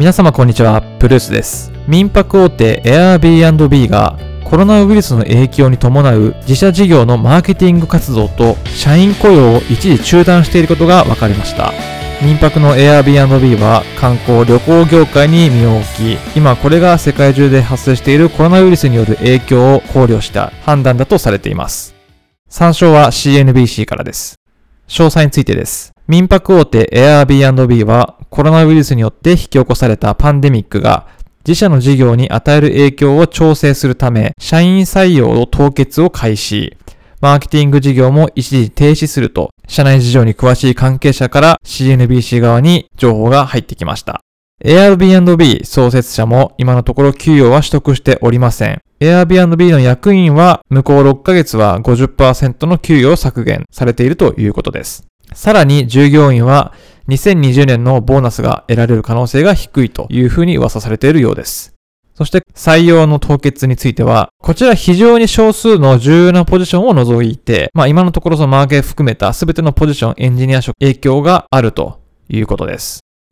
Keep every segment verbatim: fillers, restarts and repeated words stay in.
皆様こんにちは、プルースです。民泊大手 Airbnb がコロナウイルスの影響に伴う自社事業のマーケティング活動と社員雇用を一時中断していることが分かりました。民泊の Airbnb は観光旅行業界に身を置き、今これが世界中で発生しているコロナウイルスによる影響を考慮した判断だとされています。参照は シーエヌビーシー からです。詳細についてです。民泊大手 Airbnb はコロナウイルスによって引き起こされたパンデミックが自社の事業に与える影響を調整するため、社員採用の凍結を開始。マーケティング事業も一時停止すると、社内事情に詳しい関係者から シーエヌビーシー 側に情報が入ってきました。Airbnb 創設者も今のところ給与は取得しておりません。Airbnb の役員は向こうろっかげつは ごじゅっパーセント の給与を削減されているということです。さらに従業員はにせんにじゅうねんのボーナスが得られる可能性が低いというふうに噂されているようです。そして採用の凍結については、こちら非常に少数の重要なポジションを除いて、まあ今のところそのマーケット含めた全てのポジション、エンジニア職影響があるということです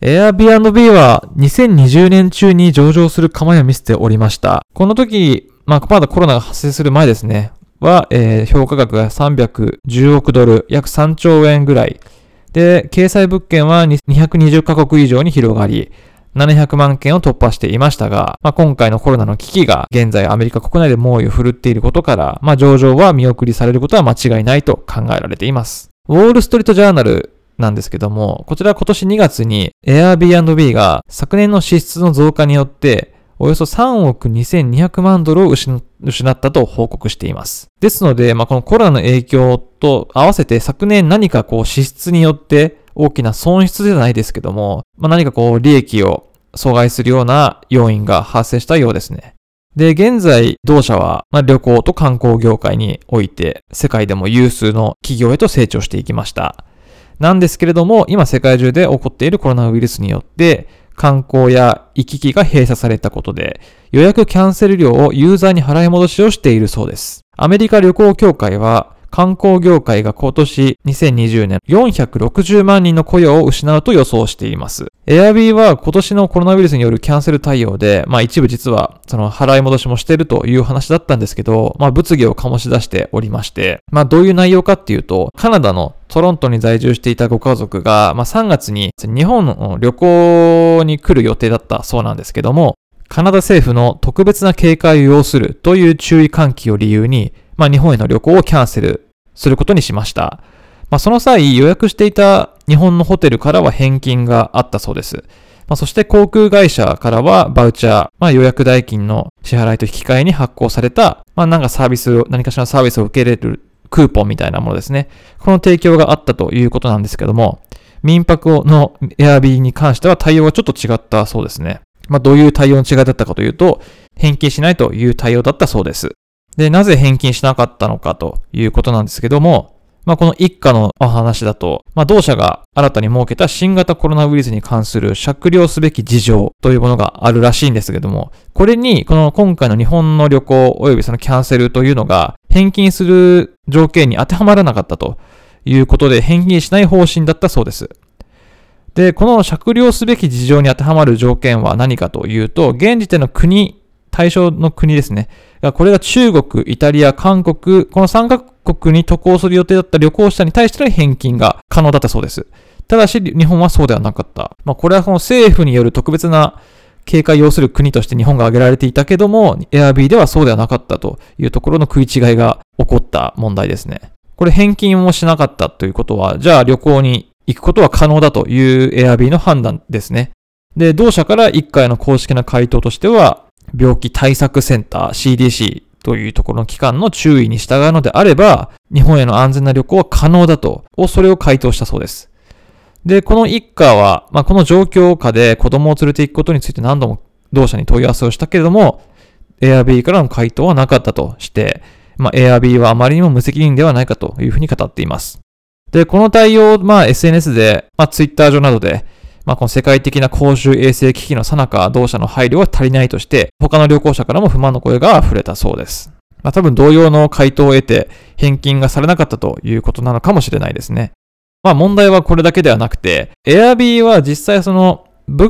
。Airbnb はにせんにじゅうねん中に上場する構えを見せておりました。この時、まあまだコロナが発生する前ですね、は、えー、評価額がさんびゃくじゅうおくドル、約さんちょうえんぐらい。で、掲載物件はにひゃくにじゅっかこく以上に広がり、ななひゃくまんけんを突破していましたが、まあ、今回のコロナの危機が現在アメリカ国内で猛威を振るっていることから、まあ、上場は見送りされることは間違いないと考えられています。ウォールストリートジャーナルなんですけども、こちら今年にがつに Airbnb が昨年の支出の増加によっておよそさんおくにせんにひゃくまんドルを失ったと報告しています。ですので、まあ、このコロナの影響と合わせて昨年何かこう支出によって大きな損失じゃないですけども、まあ、何かこう利益を阻害するような要因が発生したようですね。で、現在同社は、まあ、旅行と観光業界において世界でも有数の企業へと成長していきました。なんですけれども、今世界中で起こっているコロナウイルスによって観光や行き来が閉鎖されたことで、予約キャンセル料をユーザーに払い戻しをしているそうです。アメリカ旅行協会は、観光業界が今年にせんにじゅうねんよんひゃくろくじゅうまんにんの雇用を失うと予想しています。Airb は今年のコロナウイルスによるキャンセル対応で、まあ一部実はその払い戻しもしているという話だったんですけど、まあ物議を醸し出しておりまして、まあどういう内容かっていうと、カナダのトロントに在住していたご家族が、まあさんがつに日本の旅行に来る予定だったそうなんですけども、カナダ政府の特別な警戒を要するという注意喚起を理由に、まあ日本への旅行をキャンセルすることにしました。まあその際予約していた日本のホテルからは返金があったそうです。まあそして航空会社からはバウチャー、まあ予約代金の支払いと引き換えに発行された、まあなんかサービスを、何かしらのサービスを受け入れるクーポンみたいなものですね。この提供があったということなんですけども、民泊の Airb に関しては対応がちょっと違ったそうですね。まあどういう対応の違いだったかというと、返金しないという対応だったそうです。で、なぜ返金しなかったのかということなんですけども、まあこの一家のお話だと、まあ同社が新たに設けた新型コロナウイルスに関する酌量すべき事情というものがあるらしいんですけども、これにこの今回の日本の旅行及びそのキャンセルというのが返金する条件に当てはまらなかったということで返金しない方針だったそうです。で、この酌量すべき事情に当てはまる条件は何かというと、現時点の国、対象の国ですね。これが中国、イタリア、韓国、このさんカ国に渡航する予定だった旅行者に対しての返金が可能だったそうです。ただし、日本はそうではなかった。まあ、これはこの政府による特別な警戒を要する国として日本が挙げられていたけども、Airb ではそうではなかったというところの食い違いが起こった問題ですね。これ返金をしなかったということは、じゃあ旅行に行くことは可能だという Airb の判断ですね。で、同社から一回の公式な回答としては、病気対策センター シーディーシー というところの機関の注意に従うのであれば、日本への安全な旅行は可能だと、それを回答したそうです。で、この一家は、まあ、この状況下で子供を連れて行くことについて何度も同社に問い合わせをしたけれども、Airb からの回答はなかったとして、まあ、Airb はあまりにも無責任ではないかというふうに語っています。で、この対応を、まあ、エスエヌエス で、まあ、Twitter 上などで、まあ、この世界的な公衆衛生危機の最中、同社の配慮は足りないとして、他の旅行者からも不満の声が溢れたそうです。まあ、多分同様の回答を得て、返金がされなかったということなのかもしれないですね。まあ問題はこれだけではなくて、Airb は実際その物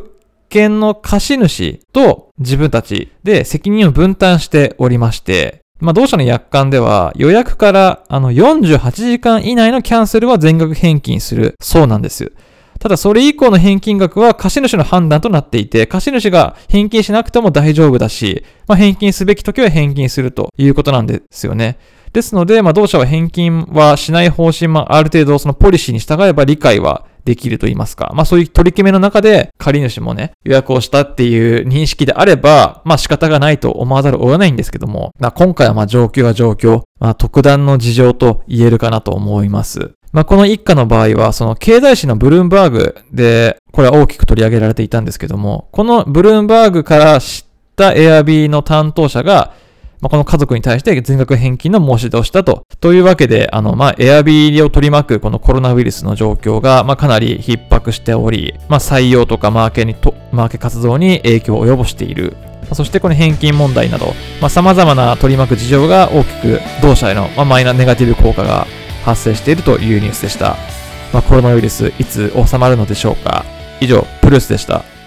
件の貸主と自分たちで責任を分担しておりまして、まあ、同社の約款では予約からあのよんじゅうはちじかん以内のキャンセルは全額返金するそうなんです。ただそれ以降の返金額は貸主の判断となっていて、貸主が返金しなくても大丈夫だし、まあ、返金すべき時は返金するということなんですよね。ですので、まあ、同社は返金はしない方針もある程度そのポリシーに従えば理解はできると言いますか。まあそういう取り決めの中で借り主もね、予約をしたっていう認識であれば、まあ仕方がないと思わざるを得ないんですけども、まあ今回はまあ状況が状況、まあ特段の事情と言えるかなと思います。まあこの一家の場合は、その経済誌のブルームバーグで、これは大きく取り上げられていたんですけども、このブルームバーグから知った Airb の担当者が、まあ、この家族に対して全額返金の申し出をしたと。というわけで、あの、まあ、Airb を取り巻くこのコロナウイルスの状況が、まあ、かなり逼迫しており、まあ、採用とかマーケにと、マーケ活動に影響を及ぼしている。そしてこの返金問題など、まあ、様々な取り巻く事情が大きく同社への、まあ、マイナネガティブ効果が発生しているというニュースでした。まあ、コロナウイルスいつ収まるのでしょうか。以上、プルースでした。